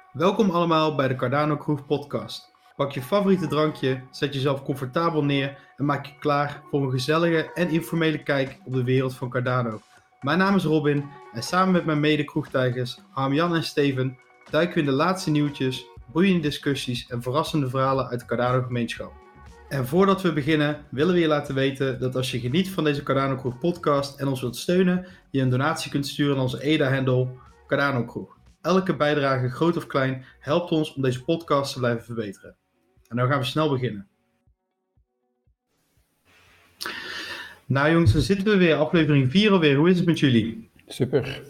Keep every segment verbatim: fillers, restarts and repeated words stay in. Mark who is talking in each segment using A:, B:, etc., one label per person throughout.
A: Welkom allemaal bij de Cardano Kroeg podcast. Pak je favoriete drankje, zet jezelf comfortabel neer en maak je klaar voor een gezellige en informele kijk op de wereld van Cardano. Mijn naam is Robin en samen met mijn mede-kroegtijgers Harmjan en Steven duiken we in de laatste nieuwtjes, boeiende discussies en verrassende verhalen uit de Cardano gemeenschap. En voordat we beginnen willen we je laten weten dat als je geniet van deze Cardano Kroeg podcast en ons wilt steunen, je een donatie kunt sturen aan onze E D A-handle Cardano Kroeg. Elke bijdrage, groot of klein, helpt ons om deze podcast te blijven verbeteren. En nu gaan we snel beginnen. Nou jongens, dan zitten we weer, aflevering vier alweer. Hoe is het met jullie?
B: Super.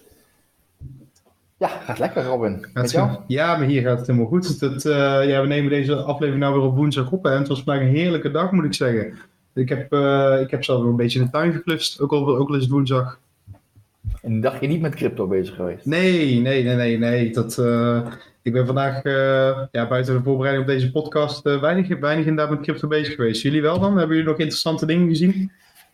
B: Ja, gaat lekker Robin.
A: Gaat
B: met jou?
A: Ja, maar hier gaat het helemaal goed. Het, uh, ja, we nemen deze aflevering nou weer op woensdag op. Hè? Het was vandaag een heerlijke dag, moet ik zeggen. Ik heb, uh, ik heb zelf weer een beetje in de tuin geklust, ook al, ook al is het woensdag.
B: En dacht je niet met crypto bezig geweest?
A: Nee, nee, nee, nee, nee. Dat, uh, ik ben vandaag uh, ja, buiten de voorbereiding op deze podcast uh, weinig, weinig inderdaad met crypto bezig geweest. Jullie wel dan? Hebben jullie nog interessante dingen gezien?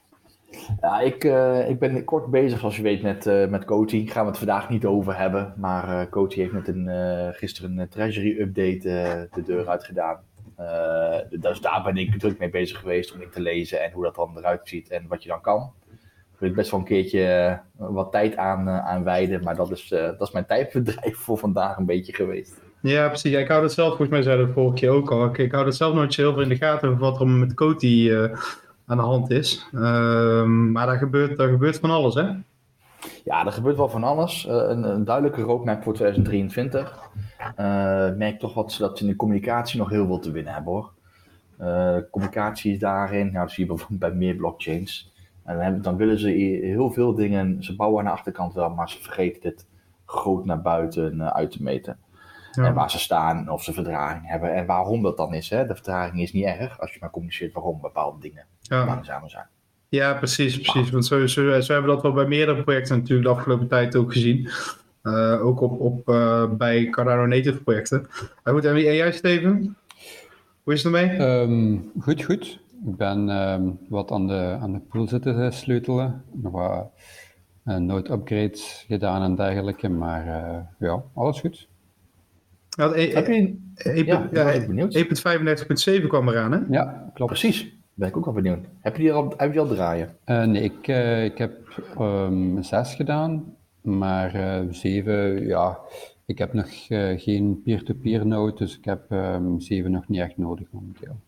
B: Ja, ik, uh, ik ben kort bezig, zoals je weet, met, uh, met Coty. Daar gaan we het vandaag niet over hebben. Maar uh, Coty heeft met een, uh, gisteren een treasury update uh, de deur uit gedaan. Uh, dus daar ben ik druk mee bezig geweest om in te lezen en hoe dat dan eruit ziet en wat je dan kan. Daar wil ik best wel een keertje uh, wat tijd aan, uh, aan wijden. Maar dat is, uh, dat is mijn tijdverdrijf voor vandaag een beetje geweest.
A: Ja, precies. Ja, ik hou dat zelf, volgens mij zei dat vorige keer ook al. Ik, ik hou dat zelf nooit zo heel veel in de gaten over wat er met Coty uh, aan de hand is. Uh, maar daar gebeurt, daar gebeurt van alles, hè?
B: Ja, er gebeurt wel van alles. Uh, een, een duidelijke roadmap voor twintig drieëntwintig. Uh, ik merk toch wat, dat ze in de communicatie nog heel veel te winnen hebben, hoor. Uh, communicatie is daarin, nou, dat zie je bijvoorbeeld bij meer blockchains. En dan, hebben, dan willen ze heel veel dingen, ze bouwen aan de achterkant wel, maar ze vergeten het groot naar buiten uh, uit te meten. Ja. En waar ze staan en of ze vertraging hebben en waarom dat dan is. Hè? De vertraging is niet erg als je maar communiceert waarom bepaalde dingen ja. langzamer zijn.
A: Ja, precies, precies. Want zo, zo, zo hebben we dat wel bij meerdere projecten natuurlijk de afgelopen tijd ook gezien. Uh, ook op, op, uh, bij Cardano Native projecten. Maar goed, en jij Steven? Hoe is het ermee?
C: Um, goed, goed. Ik ben um, wat aan de, aan de pool zitten sleutelen. Nog wat uh, node upgrades gedaan en dergelijke. Maar uh, ja, alles goed.
A: Ja, e- Heb je een... Ja, ja, één punt vijfendertig punt zeven kwam eraan, hè?
B: Ja, klopt. Precies. Ben ik ook wel benieuwd. Heb je die al, heb je al draaien?
C: Uh, nee, ik, uh, ik heb um, zes gedaan, maar uh, zeven, ja, ik heb nog uh, geen peer-to-peer node, dus ik heb um, zeven nog niet echt nodig momenteel.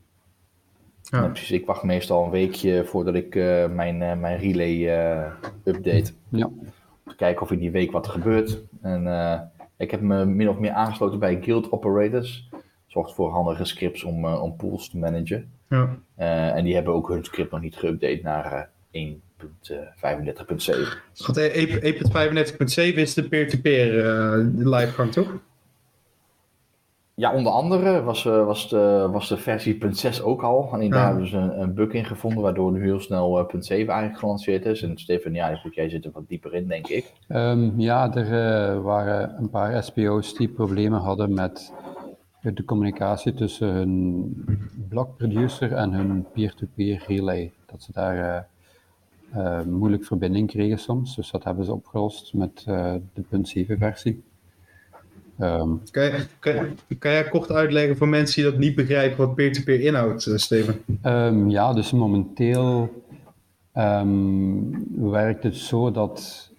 B: Ja. Ja, precies. Ik wacht meestal een weekje voordat ik uh, mijn, uh, mijn relay uh, update.
C: Ja.
B: Om te kijken of in die week wat er gebeurt. En uh, ik heb me min of meer aangesloten bij Guild Operators. Zorgt voor handige scripts om, uh, om pools te managen. Ja. Uh, en die hebben ook hun script nog niet geüpdate naar uh, één punt vijfendertig punt zeven.
A: één punt vijfendertig punt zeven is de peer-to-peer uh, livegang, toch?
B: Ja, onder andere was, uh, was, de, was de versie punt zes ook al. Alleen ja. Daar hebben ze een, een bug in gevonden, waardoor nu heel snel uh, punt zeven eigenlijk gelanceerd is. En Steven, ja, jij zit er wat dieper in, denk ik.
C: Um, ja, er uh, waren een paar S P O's die problemen hadden met de communicatie tussen hun blockproducer en hun peer-to-peer relay. Dat ze daar uh, uh, moeilijk verbinding kregen soms. Dus dat hebben ze opgelost met uh, de punt zeven versie.
A: Um, kan, je, kan, kan jij kort uitleggen voor mensen die dat niet begrijpen wat peer-to-peer inhoudt, uh, Steven?
C: Um, ja, dus momenteel um, werkt het zo dat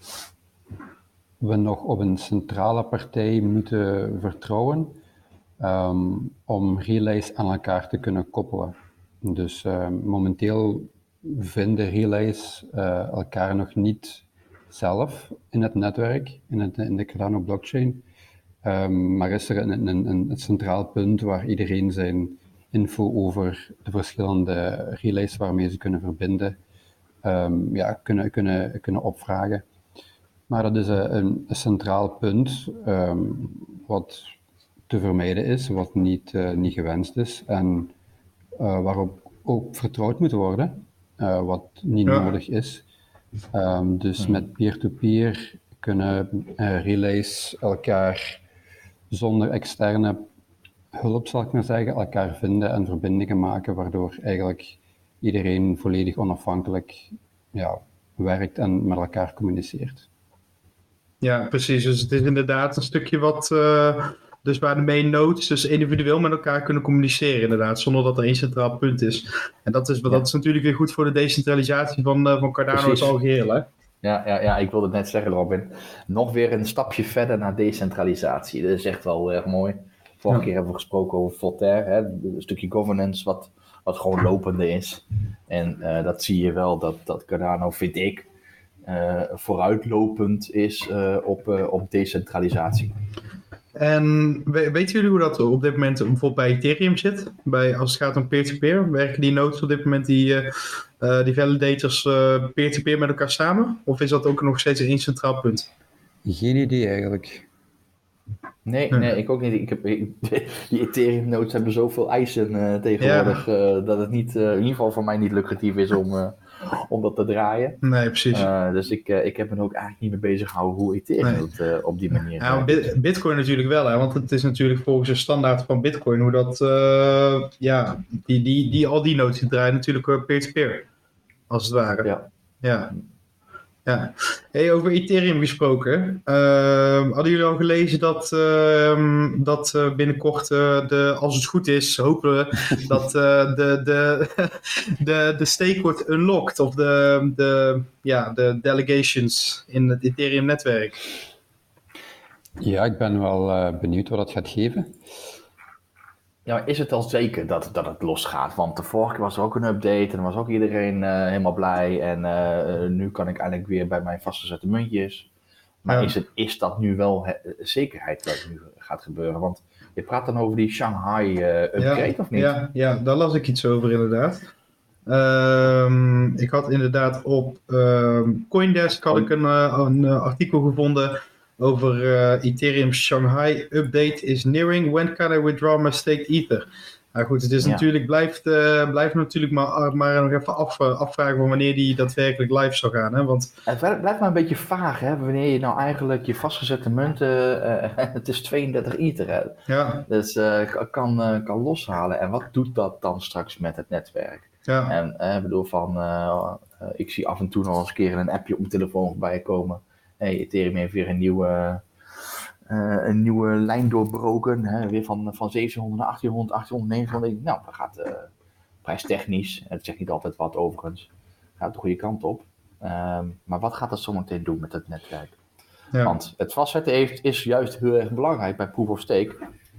C: we nog op een centrale partij moeten vertrouwen um, om relays aan elkaar te kunnen koppelen. Dus um, momenteel vinden relays uh, elkaar nog niet zelf in het netwerk, in, het, in de Cardano blockchain. Um, maar is er een, een, een, een centraal punt waar iedereen zijn info over de verschillende relays waarmee ze kunnen verbinden, um, ja, kunnen, kunnen, kunnen opvragen. Maar dat is een, een centraal punt um, wat te vermijden is, wat niet, uh, niet gewenst is en uh, waarop ook vertrouwd moet worden, uh, wat niet ja. nodig is. Um, dus hmm. met peer-to-peer kunnen uh, relays elkaar zonder externe hulp, zal ik maar zeggen, elkaar vinden en verbindingen maken, waardoor eigenlijk iedereen volledig onafhankelijk ja, werkt en met elkaar communiceert.
A: Ja, precies. Dus het is inderdaad een stukje wat, uh, Dus waar de main nodes dus individueel met elkaar kunnen communiceren inderdaad, zonder dat er één centraal punt is. En dat is, ja. dat is natuurlijk weer goed voor de decentralisatie van, uh, van Cardano als algeheel, hè?
B: Ja, ja, ja, ik wilde het net zeggen, Robin. Nog weer een stapje verder naar decentralisatie. Dat is echt wel erg mooi. Vorige ja. keer hebben we gesproken over Voltaire, hè? Een stukje governance wat, wat gewoon lopende is. En uh, dat zie je wel, dat, dat Cardano, vind ik, uh, vooruitlopend is uh, op, uh, op decentralisatie.
A: En weten jullie hoe dat op dit moment bijvoorbeeld bij Ethereum zit? Bij, als het gaat om peer-to-peer, werken die nodes op dit moment, die, uh, uh, die validators uh, peer-to-peer met elkaar samen? Of is dat ook nog steeds één centraal punt?
C: Geen idee eigenlijk.
B: Nee, nee, ik ook niet. Ik heb, die Ethereum nodes hebben zoveel eisen uh, tegenwoordig, ja. uh, dat het niet, uh, in ieder geval voor mij niet lucratief is om, uh, om dat te draaien.
A: Nee, precies.
B: Uh, dus ik, uh, ik heb me ook eigenlijk niet mee bezig gehouden hoe Ethereum nee. het uh, op die manier
A: ja, bit, Bitcoin natuurlijk wel, hè, want het is natuurlijk volgens de standaard van Bitcoin hoe dat, uh, ja, die, die, die, al die nodes die draaien natuurlijk peer-to-peer, als het ware.
B: Ja.
A: Ja. Ja. Hey, over Ethereum gesproken. Uh, hadden jullie al gelezen dat, uh, dat uh, binnenkort, uh, de, als het goed is, hopen we dat uh, de, de, de, de stake wordt unlocked of de, de, ja, de delegations in het Ethereum-netwerk?
C: Ja, ik ben wel uh, benieuwd wat dat gaat geven.
B: Ja, maar is het al zeker dat, dat het losgaat? Want de vorige keer was er ook een update en dan was ook iedereen uh, helemaal blij. En uh, nu kan ik eindelijk weer bij mijn vastgezette muntjes. Maar ja. is, het, is dat nu wel he- zekerheid dat het nu gaat gebeuren? Want je praat dan over die Shanghai uh, upgrade,
A: ja,
B: of niet?
A: Ja, ja, daar las ik iets over inderdaad. Um, ik had inderdaad op um, Coindesk had ik een, uh, een uh, artikel gevonden over uh, Ethereum Shanghai update is nearing. When can I withdraw my staked Ether? Nou goed, het is ja. natuurlijk, blijft, uh, blijft natuurlijk maar, maar nog even af, afvragen van wanneer die daadwerkelijk live zou gaan. Hè? Want
B: het blijft maar een beetje vaag, hè? Wanneer je nou eigenlijk je vastgezette munten, uh, het is tweeëndertig Ether, hè?
A: Ja.
B: Dus uh, kan, uh, kan loshalen. En wat doet dat dan straks met het netwerk?
A: Ja.
B: En ik uh, bedoel van, uh, uh, ik zie af en toe nog eens een keer een appje op mijn telefoon voorbij komen. Hey, Ethereum heeft weer een nieuwe, uh, een nieuwe lijn doorbroken. Hè? Weer van, van zeventienhonderd naar achttienhonderd, achttienhonderd, negentienhonderd. Nou, dat gaat uh, prijstechnisch. Het zegt niet altijd wat overigens. Gaat de goede kant op. Um, maar wat gaat dat zometeen doen met het netwerk? Ja. Want het vastzetten heeft, is juist heel erg belangrijk bij Proof of Stake.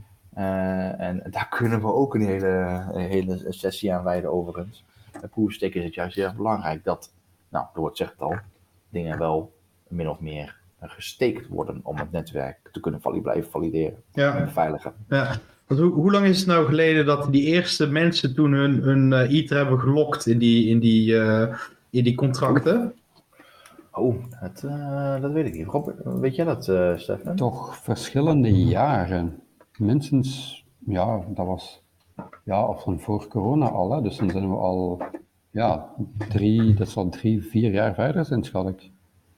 B: Uh, en daar kunnen we ook een hele, een hele sessie aan wijden overigens. Bij Proof of Stake is het juist heel erg belangrijk dat, nou, door het zegt het al, dingen wel min of meer gesteekt worden om het netwerk te kunnen vali- blijven valideren ja. en beveiligen.
A: Ja. Want hoe, hoe lang is het nou geleden dat die eerste mensen toen hun, hun uh, Ether hebben gelokt in die, in die, uh, in die contracten?
B: Oh, het, uh, dat weet ik niet. Rob, weet jij dat, uh, Stefan?
C: Toch verschillende jaren. Minstens, ja, dat was ja, of van voor corona al. Hè. Dus dan zijn we al ja, drie, dat zal drie, vier jaar verder zijn, schat ik.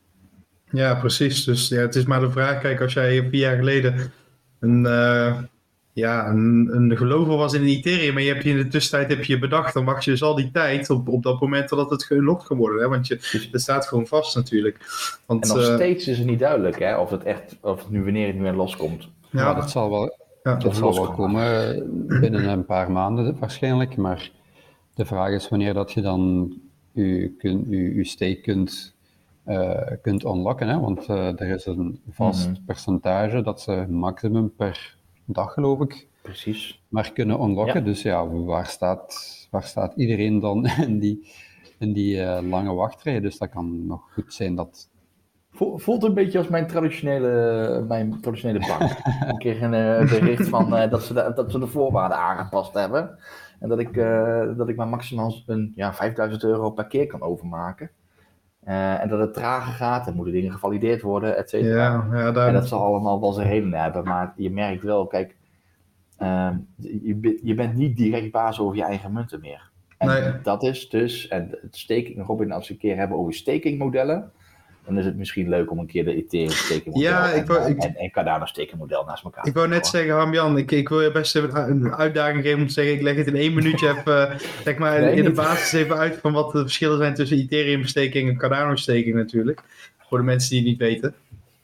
A: Ja, precies. Dus ja, het is maar de vraag, kijk, als jij vier jaar geleden een, uh, ja, een, een gelover was in Ethereum en je hebt je in de tussentijd heb je bedacht, dan wacht je dus al die tijd op, op dat moment dat het geunlocked kan worden. Hè? Want je, het staat gewoon vast natuurlijk. Want,
B: en nog
A: uh,
B: steeds is het niet duidelijk hè, of het echt, of het nu wanneer het nu weer loskomt.
C: Ja, ja dat zal wel, ja, dat zal wel komen binnen een paar maanden waarschijnlijk, maar de vraag is wanneer dat je dan je, kun, je, je stake kunt Uh, kunt unlocken, hè? Want uh, er is een vast mm-hmm. percentage dat ze maximum per dag, geloof ik,
B: precies,
C: maar kunnen unlocken. Ja. Dus ja, waar staat, waar staat iedereen dan in die, in die uh, lange wachtrij? Dus dat kan nog goed zijn dat...
B: Voelt een beetje als mijn traditionele, mijn traditionele bank. Ik kreeg een uh, bericht van uh, dat, ze de, dat ze de voorwaarden aangepast hebben en dat ik, uh, dat ik maar maximaal een, ja, vijfduizend euro per keer kan overmaken. Uh, en dat het trager gaat, en moeten dingen gevalideerd worden, et cetera.
A: Ja, ja, daar...
B: En dat zal allemaal wel zijn redenen hebben, maar je merkt wel, kijk, uh, je, je bent niet direct baas over je eigen munten meer. En
A: nee.
B: dat is dus, en het staking, Robin, als we een keer hebben over stakingmodellen, dan is het misschien leuk om een keer de Ethereum stakingmodel
A: ja,
B: en,
A: ik wou, ik...
B: en, en Cardano stakingmodel naast elkaar.
A: Ik wou net zeggen, Harmjan, ik, ik wil je best even een uitdaging geven om te zeggen, ik leg het in één minuutje even, zeg maar, nee, in de basis even uit van wat de verschillen zijn tussen Ethereum staking en Cardano staking natuurlijk. Voor de mensen die het niet weten.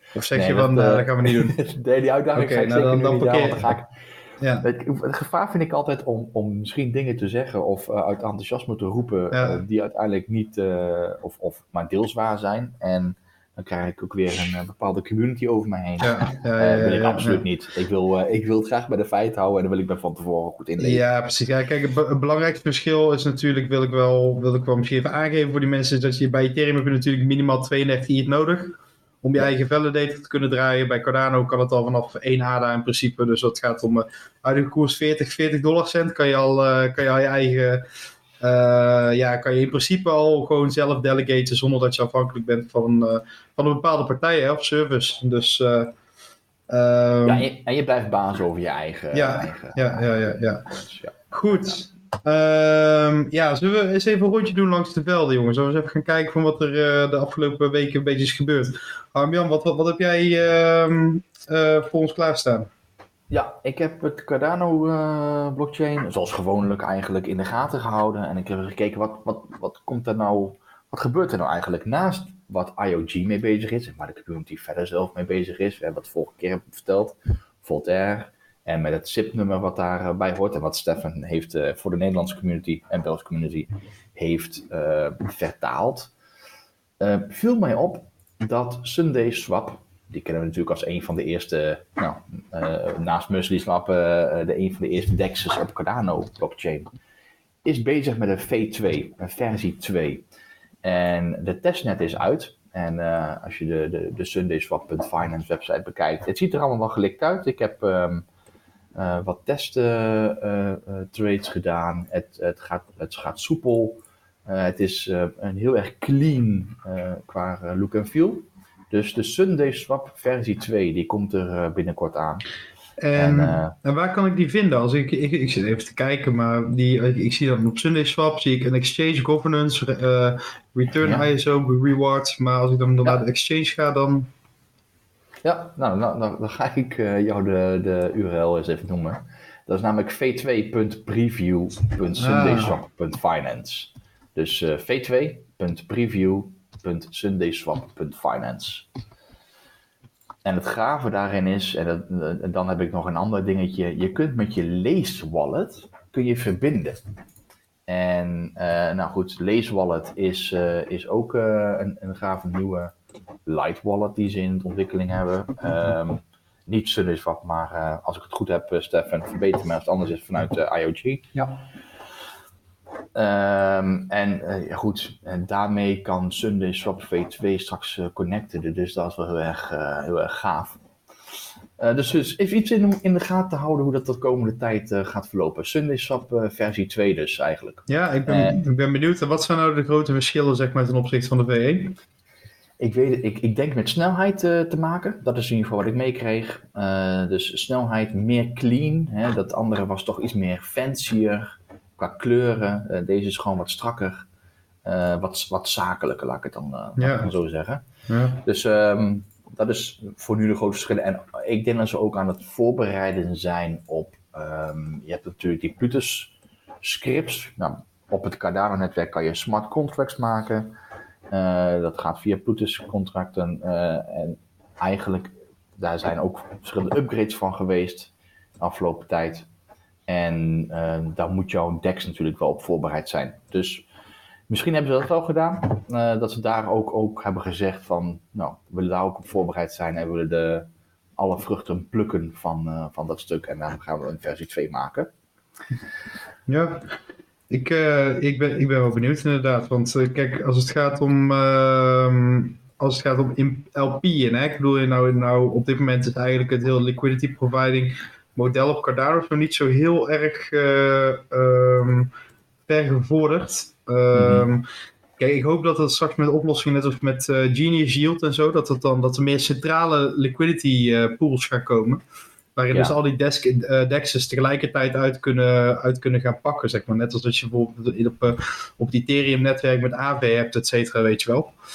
A: Of zeg
B: Nee,
A: je
B: dat,
A: van, uh,
B: eh,
A: dat gaan we niet doen?
B: nee, die uitdaging
A: Oké,
B: ga ik
A: nou,
B: zeker
A: dan- dan
B: nu niet aan,
A: parkeer-
B: want dan ga ik...
A: Ja,
B: Het, het gevaar vind ik altijd om, om misschien dingen te zeggen of uh, uit enthousiasme te roepen
A: Ja.
B: uh, die uiteindelijk niet, uh, of, of maar deels waar zijn. En dan krijg ik ook weer een uh, bepaalde community over mij heen.
A: ja, ja,
B: Uh,
A: ja,
B: wil ik
A: ja,
B: absoluut
A: ja.
B: niet. Ik wil, uh, ik wil het graag bij de feiten houden en dan wil ik me van tevoren goed inlezen.
A: Ja, precies. Ja, kijk, het, be- het belangrijkste verschil is natuurlijk, wil ik wel, wil ik wel misschien even aangeven voor die mensen, is dat je bij Ethereum heb je natuurlijk minimaal tweeëndertig E T H nodig om je
B: Ja.
A: eigen validator te kunnen draaien. Bij Cardano kan het al vanaf één A D A in principe, dus dat gaat om uh, huidige koers veertig, veertig dollar cent, kan je al, uh, kan je, al je eigen, uh, ja, kan je in principe al gewoon zelf delegaten zonder dat je afhankelijk bent van, uh, van een bepaalde partij hè, of service. Dus... Uh, Um,
B: ja, en je, en je blijft baas over je eigen...
A: Ja,
B: eigen,
A: ja, ja, ja, ja.
B: Dus, ja.
A: Goed. Um, ja, zullen we eens even een rondje doen langs de velden, jongens? Zullen we eens even gaan kijken van wat er uh, de afgelopen weken een beetje is gebeurd. Harm-Jan, wat, wat, wat heb jij uh, uh, voor ons klaarstaan?
B: Ja, ik heb het Cardano-blockchain, uh, zoals gewoonlijk eigenlijk, in de gaten gehouden. En ik heb gekeken, wat, wat, wat komt er nou... Wat gebeurt er nou eigenlijk naast wat I O G mee bezig is, en waar de community verder zelf mee bezig is. We hebben het vorige keer hebben verteld, Voltaire, en met het S I P-nummer wat daarbij hoort, en wat Stefan heeft uh, voor de Nederlandse community en Belgische community heeft uh, vertaald. Uh, viel mij op dat Sunday Swap, die kennen we natuurlijk als een van de eerste, nou, uh, naast Musli Swap, uh, de een van de eerste D E X's op Cardano-blockchain, is bezig met een V twee, een versie twee. En de testnet is uit. En uh, als je de, de, de sundayswap punt finance website bekijkt, het ziet er allemaal wel gelikt uit. Ik heb um, uh, wat testen uh, uh, trades gedaan. Het, het, gaat, het gaat soepel. Uh, het is uh, een heel erg clean uh, qua uh, look en feel. Dus de Sundayswap versie twee, die komt er uh, binnenkort aan.
A: En, en, uh, en waar kan ik die vinden? Als ik, ik, ik zit even te kijken, maar die, ik, ik zie dat op SundaySwap, zie ik een exchange governance, uh, return ja. I S O, rewards, maar als ik dan ja. naar de exchange ga, dan...
B: Ja, nou, nou, nou dan ga ik uh, jou de, de U R L eens even noemen. Dat is namelijk v twee punt preview punt sundayswap punt finance. Dus uh, v twee punt preview punt sundayswap punt finance. En het gave daarin is, en, dat, en dan heb ik nog een ander dingetje, je kunt met je Lace wallet kun je verbinden. En uh, nou goed, Lace wallet is, uh, is ook uh, een, een gave nieuwe light wallet die ze in de ontwikkeling hebben. Um, niet SundaySwap, maar uh, als ik het goed heb, uh, Stefan, verbeter me als het anders is vanuit uh, I O G.
C: Ja.
B: Um, en uh, goed, en daarmee kan SundaySwap V twee straks uh, connecten, dus dat is wel heel erg, uh, heel erg gaaf. Uh, dus, dus even iets in, in de gaten houden hoe dat de komende tijd uh, gaat verlopen. SundaySwap uh, versie twee dus eigenlijk.
A: Ja, ik ben, uh, ik ben benieuwd. Wat zijn nou de grote verschillen zeg maar, ten opzichte van de V één?
B: Ik, weet, ik, ik denk met snelheid uh, te maken. Dat is in ieder geval wat ik meekreeg. Uh, dus snelheid meer clean. Hè? Dat andere was toch iets meer fancier. Qua kleuren. Uh, deze is gewoon wat strakker. Uh, wat, wat zakelijker, laat ik het dan, uh,
A: ja.
B: laat ik dan zo zeggen.
A: Ja.
B: Dus um, dat is voor nu de grote verschillen. En ik denk dat ze ook aan het voorbereiden zijn op... Um, je hebt natuurlijk die Plutus scripts. Nou, op het Cardano-netwerk kan je smart contracts maken... Uh, dat gaat via Plutus-contracten uh, en eigenlijk daar zijn ook verschillende upgrades van geweest de afgelopen tijd. En uh, daar moet jouw D E X natuurlijk wel op voorbereid zijn. Dus misschien hebben ze dat wel gedaan. Uh, dat ze daar ook, ook hebben gezegd van, nou, we willen daar ook op voorbereid zijn en we willen de, alle vruchten plukken van, uh, van dat stuk. En dan gaan we een versie twee maken.
A: Ja. Ik, uh, ik, ben, ik ben wel benieuwd inderdaad, want uh, kijk, als het gaat om, uh, als het gaat om L P'en, hè, ik bedoel, nou, nou op dit moment is eigenlijk het hele liquidity providing model op Cardano nog niet zo heel erg uh, um, ver gevorderd. Um, mm-hmm. Kijk, ik hoop dat het straks met oplossingen, net als met uh, Genius Yield en zo, dat, het dan, dat er meer centrale liquidity uh, pools gaan komen. Waarin ja. dus al die desk, uh, D E X's tegelijkertijd uit kunnen, uit kunnen gaan pakken, zeg maar. Net als dat je bijvoorbeeld op, uh, op het Ethereum-netwerk met A V hebt, et cetera, weet je wel.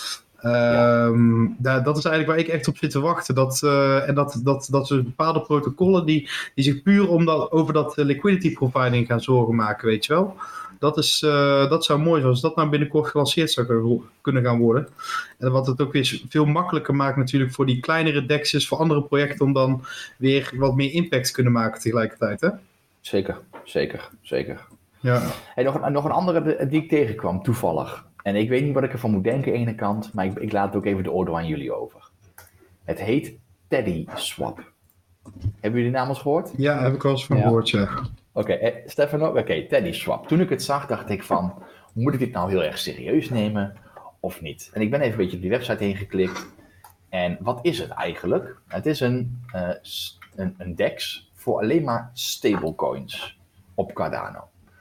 A: Um, ja. Dat is eigenlijk waar ik echt op zit te wachten. Dat, uh, en dat, dat, dat ze bepaalde protocollen die, die zich puur om dat, over dat liquidity providing gaan zorgen maken, weet je wel. Dat, is, uh, dat zou mooi zijn als dat nou binnenkort gelanceerd zou kunnen gaan worden. En wat het ook weer veel makkelijker maakt natuurlijk voor die kleinere D E X's, voor andere projecten, om dan weer wat meer impact te kunnen maken tegelijkertijd. Hè?
B: Zeker, zeker, zeker.
A: Ja.
B: Hey, nog, een, nog een andere die ik tegenkwam, toevallig. En ik weet niet wat ik ervan moet denken aan de ene kant, maar ik, ik laat het ook even de oordeel aan jullie over. Het heet TeddySwap. Hebben jullie die naam eens gehoord?
A: Ja, heb ik wel eens van gehoord, ja.
B: Oké, okay, eh, Stefano, oké, okay, TeddySwap. Toen ik het zag, dacht ik van, moet ik dit nou heel erg serieus nemen of niet? En ik ben even een beetje op die website heen geklikt. En wat is het eigenlijk? Het is een, uh, een, een D E X voor alleen maar stablecoins op Cardano.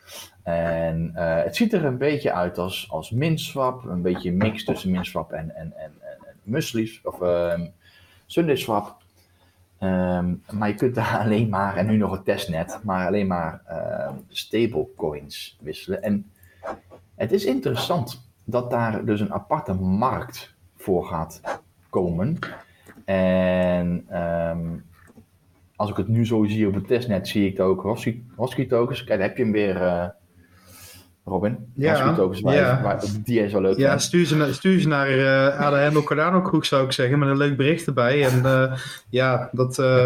B: En uh, het ziet er een beetje uit als, als Minswap, een beetje een mix tussen Minswap en, en, en, en Musli's, of uh, SundaySwap. Um, maar je kunt daar alleen maar, en nu nog een testnet, maar alleen maar uh, stablecoins wisselen. En het is interessant dat daar dus een aparte markt voor gaat komen. En um, als ik het nu zo zie op het testnet, zie ik ook Hosky tokens. Kijk, daar heb je hem weer, uh, Robin.
A: Ja,
B: Hosky tokens, waar,
A: ja.
B: waar, die is wel leuk.
A: Ja, stuur ze, naar, stuur ze naar uh, A D M of Cardano Kroeg, zou ik zeggen, met een leuk bericht erbij. En uh, ja, dat, uh,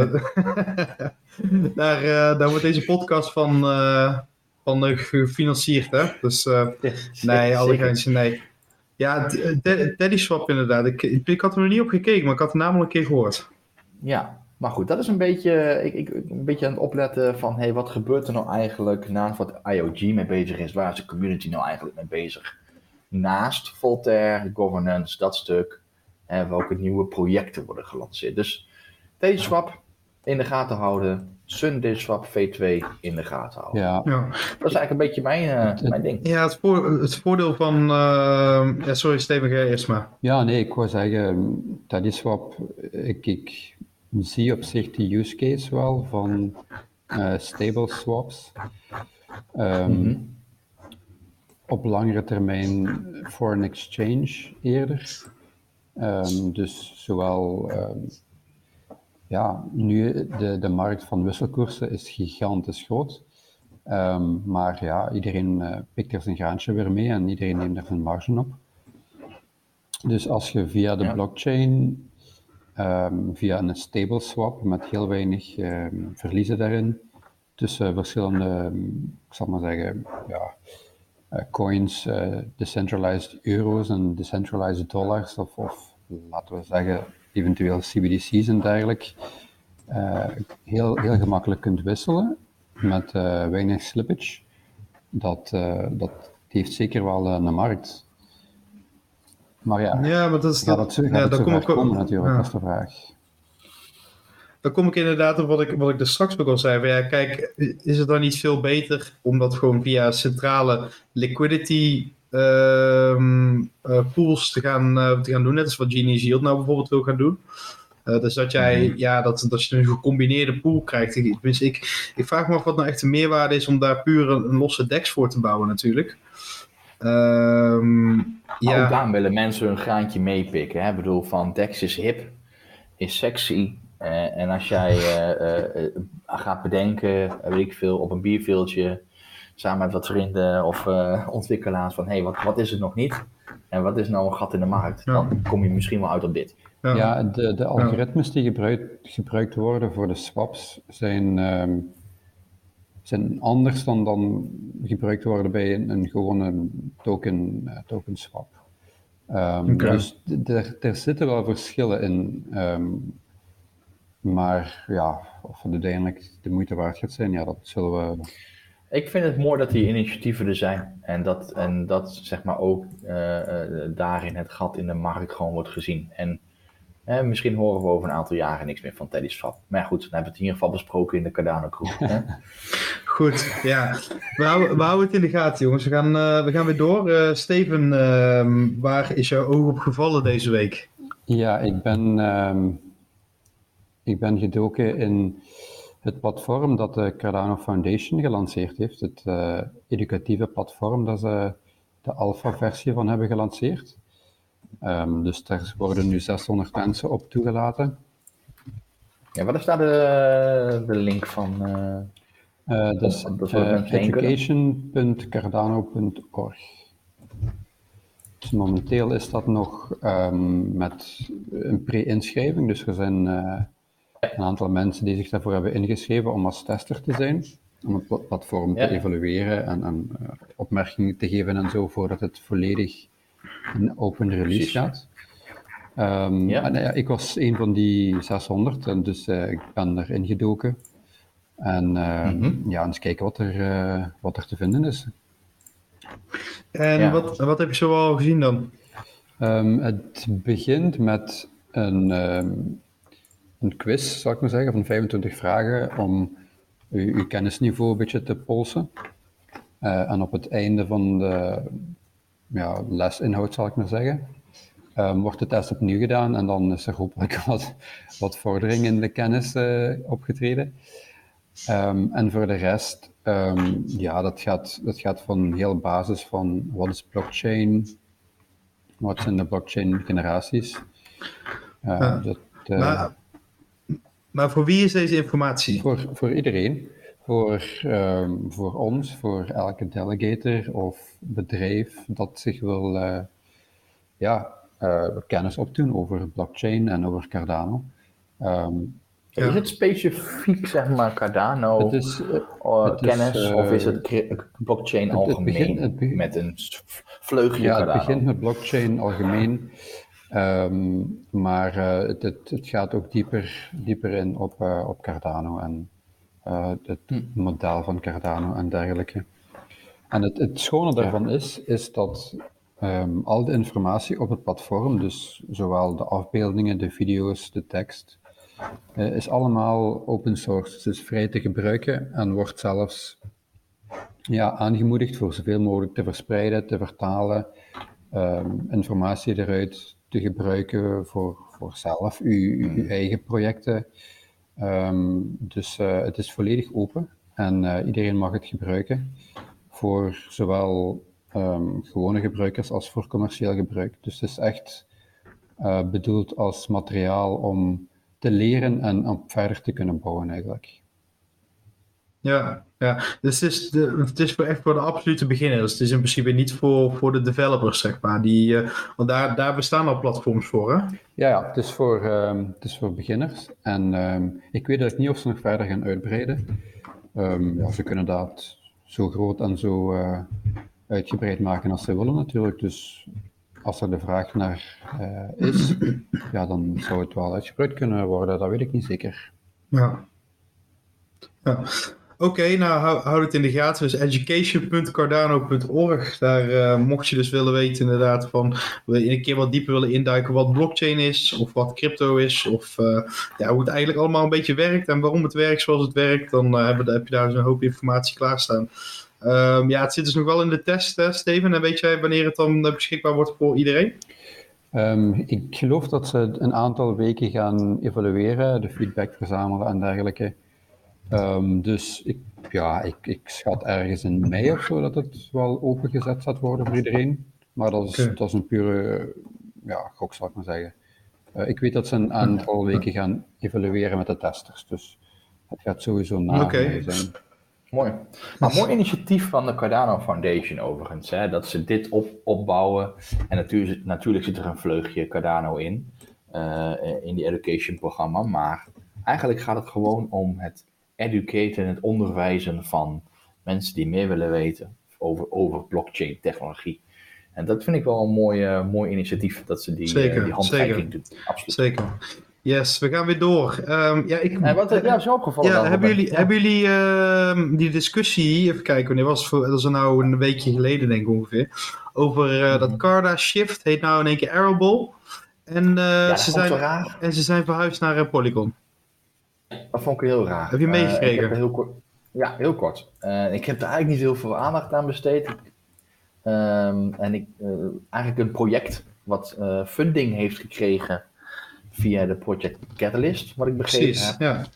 A: daar, uh, daar wordt deze podcast van, uh, van uh, gefinancierd, hè. Dus uh, nee, alle grenzen, nee. Ja, TeddySwap inderdaad. Ik, ik, ik had er nog niet op gekeken, maar ik had de naam al een keer gehoord.
B: Ja, maar goed, dat is een beetje, ik, ik, een beetje aan het opletten van, hey, wat gebeurt er nou eigenlijk naast wat I O G mee bezig is? Waar is de community nou eigenlijk mee bezig? Naast Voltaire, governance, dat stuk, en welke nieuwe projecten worden gelanceerd. Dus TeddySwap in de gaten houden, SundaySwap V twee in de gaten houden.
C: Ja.
A: Ja.
B: Dat is eigenlijk een beetje mijn, uh, mijn ding.
A: Ja, het, voor, het voordeel van... Uh, ja, sorry, Steven, ga eerst maar.
C: Ja, nee, ik wou zeggen, TeddySwap, ik, ik zie op zich de use case wel van uh, stable swaps. Um, mm-hmm. Op langere termijn foreign exchange eerder. Um, dus zowel... Um, ja, nu de, de markt van wisselkoersen is gigantisch groot. Um, maar ja, iedereen uh, pikt er zijn graantje weer mee en iedereen neemt er zijn marge op. Dus als je via de ja. blockchain, um, via een stable swap met heel weinig um, verliezen daarin, tussen verschillende, um, ik zal maar zeggen, ja, uh, coins, uh, decentralized euro's en decentralized dollars, of, of laten we zeggen, eventueel C B D C's en dergelijke, uh, heel, heel gemakkelijk kunt wisselen met uh, weinig slippage, dat, uh, dat heeft zeker wel uh, een markt. Maar ja,
A: ja, maar dat is
C: ja,
A: dat,
C: dat,
A: ja,
C: dat
A: daar kom ik
C: komen natuurlijk,
A: ja.
C: dat is de vraag.
A: Dan kom ik inderdaad op wat ik, wat ik er straks ook al zei. Van, ja, kijk, is het dan niet veel beter om dat gewoon via centrale liquidity uh, uh, pools te gaan, uh, te gaan doen, net als wat Genius Yield nou bijvoorbeeld wil gaan doen. Uh, dus dat jij, mm-hmm. ja, dat, dat je een gecombineerde pool krijgt. Ik, dus ik, ik vraag me af wat nou echt de meerwaarde is om daar puur een, een losse D E X voor te bouwen natuurlijk. Um, ja.
B: Ook daar willen mensen hun graantje meepikken. Hè? Ik bedoel, van D E X is hip, is sexy. Uh, en als jij uh, uh, gaat bedenken, weet ik veel, op een bierveeltje, samen met wat vrienden of uh, ontwikkelaars van, hé, hey, wat, wat is het nog niet? En wat is nou een gat in de markt? Ja. Dan kom je misschien wel uit op dit.
C: Ja, ja de, de algoritmes die gebruikt, gebruikt worden voor de swaps zijn, um, zijn anders dan, dan gebruikt worden bij een, een gewone token, uh, token swap. Um, okay. Dus d- er zitten wel verschillen in. Um, Maar ja, of het uiteindelijk de moeite waard gaat zijn, ja, dat zullen we...
B: Ik vind het mooi dat die initiatieven er zijn. En dat, en dat zeg maar ook uh, uh, daarin het gat in de markt gewoon wordt gezien. En uh, misschien horen we over een aantal jaren niks meer van TeddySwap. Maar goed, dan hebben we het in ieder geval besproken in de Cardano Kroeg.
A: Goed, ja. We houden, we houden het in de gaten, jongens. We gaan, uh, we gaan weer door. Uh, Steven, uh, waar is jouw oog op gevallen deze week?
C: Ja, ik ben... Um... Ik ben gedoken in het platform dat de Cardano Foundation gelanceerd heeft. Het uh, educatieve platform dat ze de alpha-versie van hebben gelanceerd. Um, dus daar worden nu zeshonderd mensen op toegelaten.
B: Ja, wat is daar de, de link van? Uh,
C: uh, dat is uh, education punt cardano punt org. Dus momenteel is dat nog um, met een pre-inschrijving, dus er zijn uh, een aantal mensen die zich daarvoor hebben ingeschreven om als tester te zijn, om het platform ja. te evalueren en, en uh, opmerkingen te geven en zo, voordat het volledig in open release Precies. gaat. Um, ja. En, ja, ik was een van die zeshonderd, en dus uh, ik ben erin gedoken. En uh, mm-hmm. ja, eens kijken wat er, uh, wat er te vinden is.
A: En ja. wat, wat heb je zo al gezien dan?
C: Um, het begint met een, um, een quiz, zal ik maar zeggen, van vijfentwintig vragen om uw, uw kennisniveau een beetje te polsen. Uh, en op het einde van de ja, lesinhoud, zal ik maar zeggen, um, wordt de test opnieuw gedaan en dan is er hopelijk wat, wat vordering in de kennis uh, opgetreden. Um, en voor de rest, um, ja, dat gaat, dat gaat van heel basis van wat is blockchain, wat zijn de blockchain generaties. Uh,
A: ja. dat, uh, maar, maar voor wie is deze informatie?
C: Voor, voor iedereen. Voor, um, voor ons, voor elke delegator of bedrijf dat zich wil uh, ja, uh, kennis opdoen over blockchain en over Cardano. Um,
B: Ja. Is het specifiek, zeg maar, Cardano het is, uh, het kennis, is, uh, of is het blockchain het, algemeen het begint, het begint, met een vleugje
C: ja,
B: Cardano?
C: Ja, het begint met blockchain algemeen, um, maar uh, het, het, het gaat ook dieper, dieper in op, uh, op Cardano en uh, het hm. model van Cardano en dergelijke. En het, het schone daarvan ja. is, is dat um, al de informatie op het platform, dus zowel de afbeeldingen, de video's, de tekst, Uh, is allemaal open source, dus is vrij te gebruiken en wordt zelfs ja, aangemoedigd voor zoveel mogelijk te verspreiden, te vertalen, um, informatie eruit te gebruiken voor, voor zelf, uw, uw eigen projecten. Um, dus uh, het is volledig open en uh, iedereen mag het gebruiken voor zowel um, gewone gebruikers als voor commercieel gebruik. Dus het is echt uh, bedoeld als materiaal om te leren en op verder te kunnen bouwen eigenlijk.
A: Ja, ja. Dus het is, de, het is voor echt voor de absolute beginners. Dus het is in principe niet voor, voor de developers, zeg maar. Die, uh, want daar, daar bestaan al platforms voor, hè?
C: Ja, ja, het is voor, um, het is voor beginners. En um, ik weet eigenlijk niet of ze nog verder gaan uitbreiden. Um, ja, ze kunnen dat zo groot en zo uh, uitgebreid maken als ze willen natuurlijk. Dus als er de vraag naar uh, is, ja, dan zou het wel uitgebreid kunnen worden, dat weet ik niet zeker.
A: Ja. ja. Oké, okay, nou hou, hou het in de gaten. Dus education punt cardano punt org, daar uh, mocht je dus willen weten inderdaad van, wil je een keer wat dieper willen induiken wat blockchain is, of wat crypto is, of uh, ja, hoe het eigenlijk allemaal een beetje werkt en waarom het werkt zoals het werkt, dan uh, heb, heb je daar zo'n hoop informatie klaarstaan. Um, ja, het zit dus nog wel in de test, hè, Steven. En weet jij wanneer het dan beschikbaar wordt voor iedereen?
C: Um, ik geloof dat ze een aantal weken gaan evalueren, de feedback verzamelen en dergelijke. Um, dus ik, ja, ik, ik schat ergens in mei of zo dat het wel opengezet gaat worden voor iedereen. Maar dat is, okay. dat is een pure ja, gok, zal ik maar zeggen. Uh, ik weet dat ze een aantal weken gaan evalueren met de testers. Dus het gaat sowieso na
A: okay.
C: mei zijn.
B: Mooi. Maar mooi initiatief van de Cardano Foundation overigens, hè, dat ze dit op, opbouwen. En natuurlijk, natuurlijk zit er een vleugje Cardano in, uh, in die education programma. Maar eigenlijk gaat het gewoon om het educaten en het onderwijzen van mensen die meer willen weten over, over blockchain technologie. En dat vind ik wel een mooi, uh, mooi initiatief, dat ze die,
A: zeker,
B: uh, die handreiking
A: zeker,
B: doen. Absoluut.
A: Zeker. Yes, we gaan weer door. Um, ja, ik,
B: en wat is jou zo opgevallen?
A: Ja,
B: dan,
A: hebben jullie,
B: ja.
A: hebben jullie uh, die discussie, even kijken, wanneer was het? Dat is nou een weekje geleden denk ik ongeveer, over uh, mm-hmm. dat Carda Shift heet nou in één keer Arable. En, uh,
B: ja,
A: ze zijn, raar. en ze zijn verhuisd naar uh, Polygon.
B: Dat vond ik heel raar.
A: Heb je meegekregen? Uh, ik heb
B: heel kort, ja, heel kort. Uh, ik heb er eigenlijk niet heel veel aandacht aan besteed. Um, en ik, uh, eigenlijk een project wat uh, funding heeft gekregen via de Project Catalyst, wat ik begrepen
A: Precies,
B: heb.
A: Ja.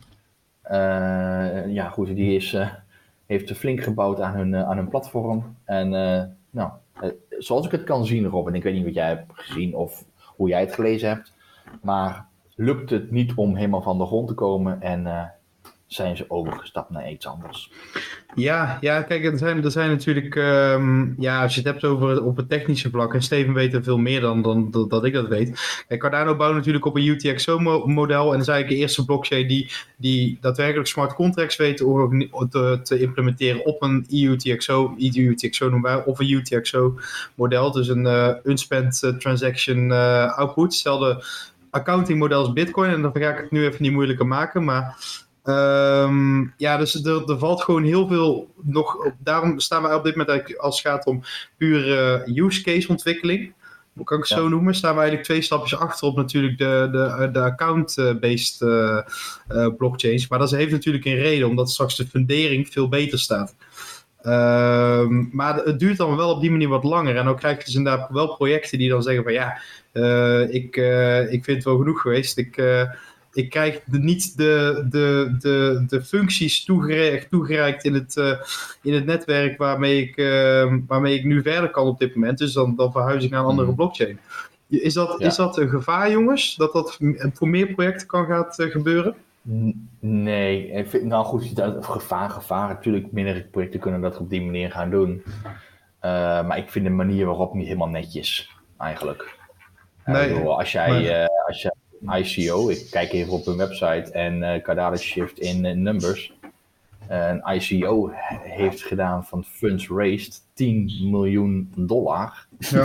B: Uh, ja, goed, die is, uh, heeft flink gebouwd aan hun, uh, aan hun platform. En uh, nou, Uh, zoals ik het kan zien, Robin, ik weet niet wat jij hebt gezien of hoe jij het gelezen hebt, maar lukt het niet om helemaal van de grond te komen en uh, zijn ze overgestapt naar iets anders?
A: Ja, ja, kijk, er zijn, er zijn natuurlijk, um, ja, als je het hebt over op het technische vlak, en Steven weet er veel meer dan, dan, dan dat ik dat weet. Kijk, Cardano bouwt natuurlijk op een U T X O-model en dat is eigenlijk de eerste blockchain die, die daadwerkelijk smart contracts weet te, te implementeren op een E U T X O, E U T X O noemen wij, of een U T X O-model, dus een uh, unspent uh, transaction uh, output, hetzelfde accounting model als Bitcoin, en dan ga ik het nu even niet moeilijker maken, maar... Um, ja, dus er, er valt gewoon heel veel nog op. Daarom staan we op dit moment eigenlijk, als het gaat om pure uh, use case ontwikkeling, hoe kan ik het ja. zo noemen, staan we eigenlijk twee stapjes achter op natuurlijk de, de, de account-based uh, uh, blockchains. Maar dat heeft natuurlijk een reden, omdat straks de fundering veel beter staat. Um, maar het duurt dan wel op die manier wat langer. En dan krijg je dus inderdaad wel projecten die dan zeggen van ja, uh, ik, uh, ik vind het wel genoeg geweest. Ik... Uh, Ik krijg de, niet de, de, de, de functies toegereikt, toegereikt in, het, uh, in het netwerk waarmee ik, uh, waarmee ik nu verder kan op dit moment. Dus dan, dan verhuis ik naar een andere mm. blockchain. Is dat, ja. is dat een gevaar, jongens? Dat dat voor meer projecten kan gaan uh, gebeuren?
B: Nee, ik vind, nou goed, dat, gevaar, gevaar. Natuurlijk, mindere projecten kunnen dat op die manier gaan doen. Uh, maar ik vind de manier waarop niet helemaal netjes, eigenlijk. Nee, uh, bedoel, als jij... Maar... Uh, als jij I C O, ik kijk even op hun website en uh, Cardano shift in uh, numbers. Uh, een I C O heeft gedaan van funds raised tien miljoen dollar. Ja.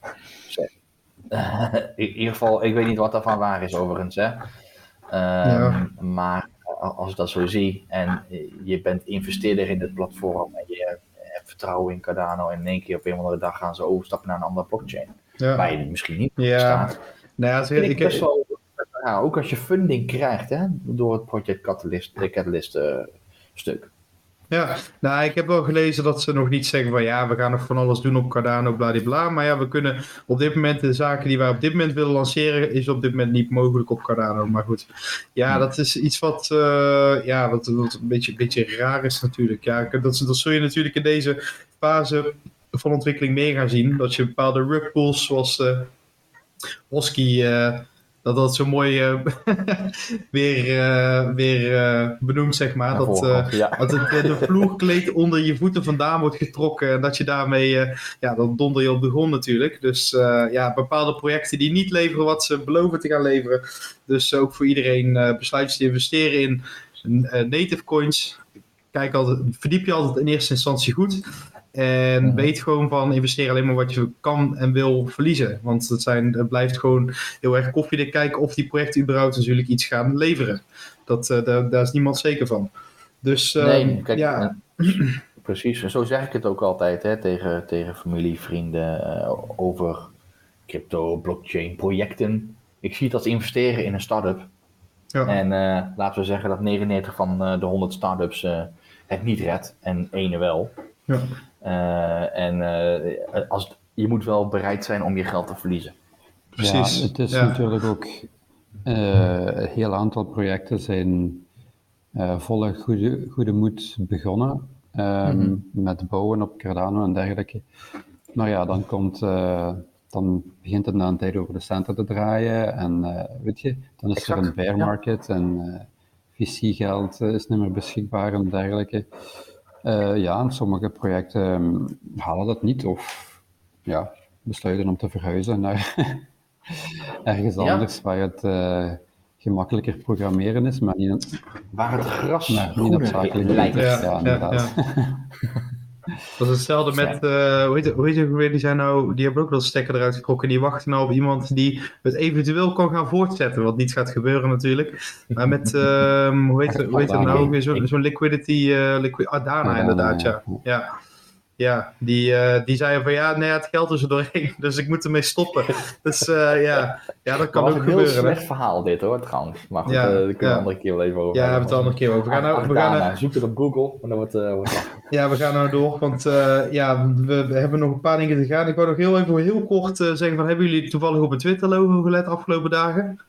B: uh, in ieder geval, ik weet niet wat daarvan waar is overigens. Hè. Um, ja. Maar als ik dat zo zie en je bent investeerder in dit platform en je hebt vertrouwen in Cardano en in één keer op een of andere dag gaan ze overstappen naar een andere blockchain. Ja. Waar je misschien niet
A: ja.
B: staat.
A: Nou ja, ik, ik best wel...
B: Ja, ook als je funding krijgt, hè, door het Project Catalyst, de Catalyst uh, stuk.
A: Ja, nou, ik heb wel gelezen dat ze nog niet zeggen van ja, we gaan nog van alles doen op Cardano, bladibla. Maar ja, we kunnen op dit moment de zaken die wij op dit moment willen lanceren, is op dit moment niet mogelijk op Cardano. Maar goed, ja, dat is iets wat, uh, ja, wat, wat een beetje, beetje raar is natuurlijk. Ja, dat, dat zul je natuurlijk in deze fase van ontwikkeling meer gaan zien. Dat je bepaalde rug pulls zoals uh, Hosky... Uh, dat dat zo mooi uh, weer, uh, weer uh, benoemd, zeg maar. Ja, dat, uh, ja. dat het, de vloerkleed onder je voeten vandaan wordt getrokken. En dat je daarmee, uh, ja, dan donder je op de grond natuurlijk. Dus uh, ja, bepaalde projecten die niet leveren wat ze beloven te gaan leveren. Dus ook voor iedereen uh, besluit je te investeren in uh, native coins. Kijk altijd, verdiep je altijd in eerste instantie goed. En mm-hmm. weet gewoon van investeer alleen maar wat je kan en wil verliezen. Want het, zijn, het blijft gewoon heel erg koffiedik kijken of die projecten überhaupt natuurlijk iets gaan leveren. Dat, uh, daar, daar is niemand zeker van. Dus uh,
B: nee, kijk,
A: ja.
B: Uh, precies, en zo zeg ik het ook altijd hè, tegen, tegen familie, vrienden uh, over crypto, blockchain, projecten. Ik zie het als investeren in een start-up. Ja. En uh, laten we zeggen dat negenennegentig van uh, de honderd start-ups uh, het niet redt en ene wel. Ja. Uh, en uh, als, je moet wel bereid zijn om je geld te verliezen.
C: Precies. Ja, het is ja. natuurlijk ook uh, een heel aantal projecten zijn uh, volle goede, goede moed begonnen um, mm-hmm. met bouwen op Cardano en dergelijke. Maar ja, dan komt uh, dan begint het na een tijd over de centen te draaien en uh, weet je, dan is exact. Er een bear market ja. en uh, V C-geld is niet meer beschikbaar en dergelijke. Uh, ja, en sommige projecten um, halen dat niet of ja, besluiten om te verhuizen naar ergens ja. anders waar het uh, gemakkelijker programmeren is, maar niet,
B: waar het gras
C: maar niet noodzakelijk lijkt. Ja, ja, inderdaad. Ja, ja.
A: Dat is hetzelfde met, uh, hoe heet het, hoe heet het weer, die zijn nou, die hebben ook wel stekker eruit getrokken en die wachten nou op iemand die het eventueel kan gaan voortzetten, wat niet gaat gebeuren natuurlijk. Maar met, uh, hoe heet het, hoe heet het nou, weer zo'n zo liquidity, uh, liqui- ah, Dana inderdaad, ja. ja. Ja, die, uh, die zeiden van ja, nee, het geld is er doorheen, dus ik moet ermee stoppen. Dus uh, ja. ja, dat kan ook gebeuren.
B: Het is een heel slecht verhaal dit hoor, trouwens. Maar goed, ja, uh, daar kunnen we ja. een andere keer wel even over.
A: Ja, we hebben het een andere keer over. We gaan nou, we gaan nou,
B: zoek het op Google, en dan wordt het... Uh, wordt...
A: Ja, we gaan nou door, want uh, ja, we, we hebben nog een paar dingen te gaan. Ik wou nog heel even heel kort uh, zeggen van, hebben jullie toevallig op het Twitter-logo gelet afgelopen dagen?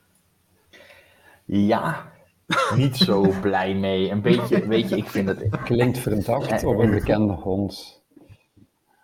B: Ja, niet zo blij mee. Een beetje, weet je, ik vind het...
C: Klinkt verdacht op een bekende hond.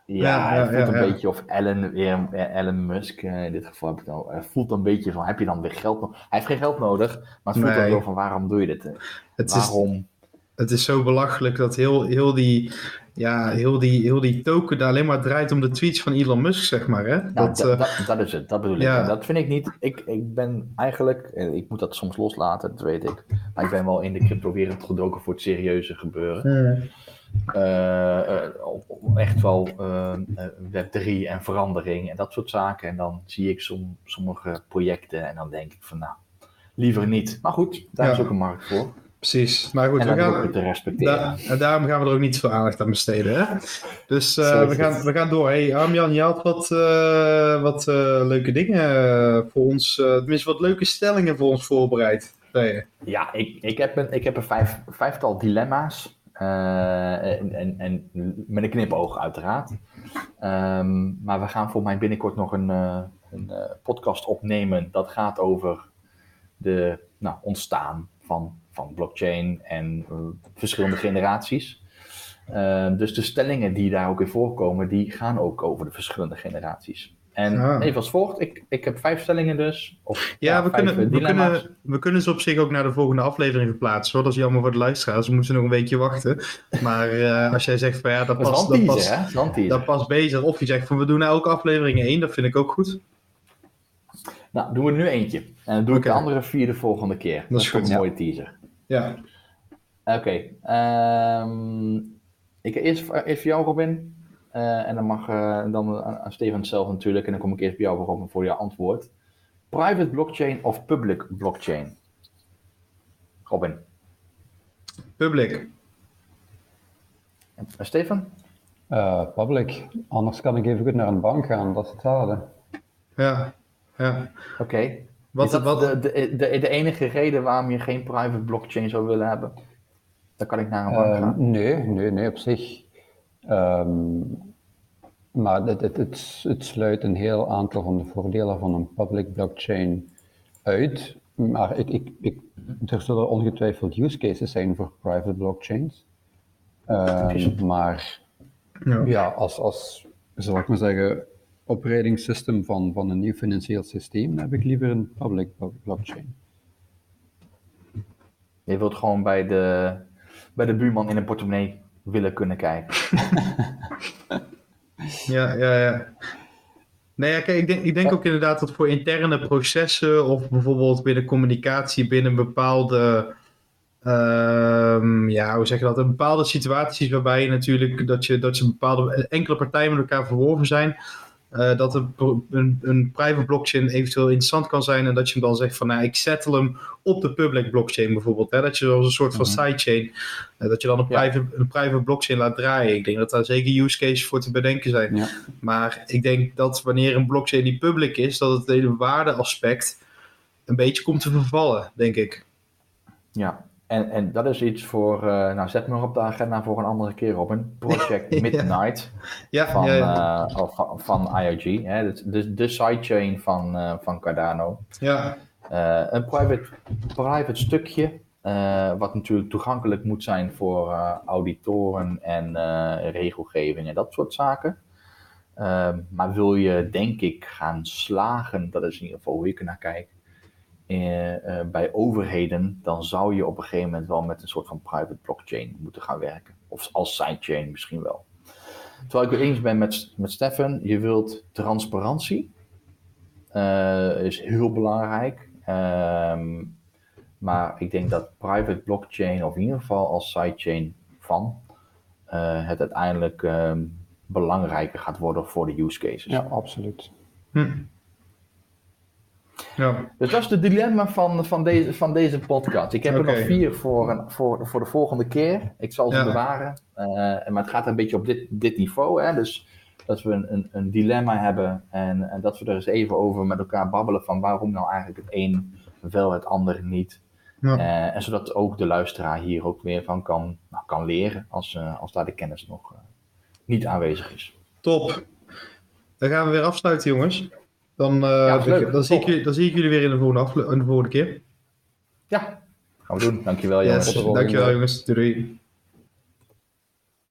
B: Ja,
A: ja,
B: het voelt
A: ja,
B: een
A: ja.
B: beetje of Elon, weer, eh, Elon Musk, eh, in dit geval heb ik het nou, het voelt een beetje van, heb je dan weer geld nodig? Hij heeft geen geld nodig, maar het voelt ook
A: Nee.
B: wel van, waarom doe je dit? eh?
A: Het is,
B: Waarom?
A: het is zo belachelijk dat heel, heel, die, ja, heel, die, heel die token daar alleen maar draait om de tweets van Elon Musk, zeg maar. Hè?
B: Nou,
A: dat,
B: dat,
A: eh,
B: dat, dat is het, dat bedoel
A: ja.
B: ik. En dat vind ik niet, ik, ik ben eigenlijk, eh, ik moet dat soms loslaten, dat weet ik. Maar ik ben wel in de cryptowereld gedoken voor het serieuze gebeuren.
A: hmm.
B: Uh, uh, echt wel uh, web drie en verandering en dat soort zaken. En dan zie ik som, sommige projecten en dan denk ik van nou, liever niet. Maar goed, daar
A: Ja.
B: is ook een markt voor.
A: Precies, maar goed,
B: En
A: we
B: dat
A: gaan,
B: ook te respecteren.
A: da- en daarom gaan we er ook niet veel aandacht aan besteden. Hè? Dus uh,
B: Zo is
A: we, gaan,
B: het.
A: we gaan door. Hey, Armjan, je had wat, uh, wat uh, leuke dingen uh, voor ons, uh, tenminste wat leuke stellingen voor ons voorbereid. Nee.
B: Ja, ik, ik heb een, ik heb een vijf, vijftal dilemma's. Uh, en, en, en met een knipoog uiteraard. Um, maar we gaan voor mij binnenkort nog een, uh, een uh, podcast opnemen. Dat gaat over de nou, ontstaan van, van blockchain en uh, verschillende generaties. Uh, dus de stellingen die daar ook in voorkomen, die gaan ook over de verschillende generaties. En
A: Ah.
B: even als volgt, ik, ik heb vijf stellingen dus. Of,
A: Ja,
B: ja,
A: we,
B: vijf,
A: kunnen,
B: uh,
A: we,
B: dilemma's.
A: kunnen, we kunnen ze op zich ook naar de volgende aflevering verplaatsen. Hoor. Dat is jammer voor de luisteraars. We moeten nog een weekje wachten. Maar uh, als jij zegt van ja, dat
B: Dat is
A: past,
B: wel een
A: dat
B: teaser,
A: past,
B: hè? Dat is wel een teaser.
A: dat past bezig. Of je zegt van we doen elke aflevering één. Dat vind ik ook goed.
B: Nou, doen we er nu eentje. En dan doe
A: Oké.
B: ik de andere vier de volgende keer. Dat
A: is
B: is toch
A: goed,
B: een
A: ja.
B: mooie teaser.
A: Ja.
B: Oké. Okay, um, ik ga eerst, eerst voor jou, Robin. Uh, en dan mag uh, dan aan, aan Stefan zelf natuurlijk. En dan kom ik eerst bij jou, Robin, voor jouw antwoord. Private blockchain of public blockchain? Robin.
A: Public.
B: En Stefan?
C: Uh, public. Anders kan ik even goed naar een bank gaan, dat is hetzelfde.
A: Ja. Ja.
B: Oké. Okay.
A: Wat,
B: is dat
A: wat,
B: de, de, de, de enige reden waarom je geen private blockchain zou willen hebben? Dan kan ik naar een bank
C: Uh,
B: gaan.
C: nee, nee, nee, op zich. Um, maar het, het, het, het sluit een heel aantal van de voordelen van een public blockchain uit. Maar ik, ik, ik, er zullen ongetwijfeld use cases zijn voor private blockchains. Um, maar
A: ja.
C: ja, als, als, zal ik maar zeggen, operating system van, van een nieuw financieel systeem, heb ik liever een public blockchain.
B: Je wilt gewoon bij de, bij de buurman in een portemonnee willen kunnen kijken.
A: Ja, ja, ja. Nee, ja, kijk, ik denk, ik denk ook inderdaad dat voor interne processen of bijvoorbeeld binnen communicatie binnen bepaalde, um, ja, hoe zeg je dat, in bepaalde situaties waarbij je natuurlijk dat je, dat je bepaalde enkele partijen met elkaar verworven zijn, uh, dat een, een, een private blockchain eventueel interessant kan zijn en dat je hem dan zegt van, nou, ik settle hem op de public blockchain bijvoorbeeld, hè, dat je als een soort van
B: Mm-hmm.
A: sidechain, uh, dat je dan een,
B: Ja.
A: private, een private blockchain laat draaien. Ik denk dat daar zeker use cases voor te bedenken zijn.
C: Ja.
A: Maar ik denk dat wanneer een blockchain die public is, dat het hele waardeaspect een beetje komt te vervallen, denk ik.
B: Ja, en, en dat is iets voor, uh, nou zet me nog op de agenda voor een andere keer, Robin. Project
A: Ja.
B: Midnight
A: Ja,
B: van,
A: ja, ja.
B: uh, van, van I O G, hè? De, de, de sidechain van, uh, van Cardano.
A: ja.
B: Uh, een private, private stukje, uh, wat natuurlijk toegankelijk moet zijn voor uh, auditoren en uh, regelgeving en dat soort zaken. Uh, maar wil je, denk ik, gaan slagen, dat is in ieder geval hoe ik er naar kijk, uh, uh, bij overheden, dan zou je op een gegeven moment wel met een soort van private blockchain moeten gaan werken. Of als sidechain misschien wel. Terwijl ik het eens ben met, met Stefan, je wilt transparantie, uh, is heel belangrijk. Um, maar ik denk dat private blockchain, of in ieder geval als sidechain van, uh, het uiteindelijk um, belangrijker gaat worden voor de use cases.
C: Ja, absoluut.
A: Hm. Ja.
B: Dus dat is het dilemma van, van, deze, van deze podcast. Ik heb er
A: Okay.
B: nog vier voor, een, voor, voor de volgende keer. Ik zal ze
A: Ja.
B: bewaren. Uh, maar het gaat een beetje op dit, dit niveau. Hè? Dus dat we een, een, een dilemma hebben en, en dat we er eens even over met elkaar babbelen van waarom nou eigenlijk het een wel, het andere niet.
A: Ja.
B: Uh, en zodat ook de luisteraar hier ook weer van kan, nou, kan leren als, uh, als daar de kennis nog uh, niet aanwezig is.
A: Top. Dan gaan we weer afsluiten, jongens. Dan, uh,
B: Ja,
A: dan,
B: leuk.
A: dan, zie ik,
B: Top.
A: jullie- dan zie ik jullie weer in de volgende, afle- in de volgende keer.
B: Ja, gaan we doen. Dankjewel
A: Yes.
B: jongens.
C: Tot de volgende.
A: Dankjewel, jongens. Doei. doei.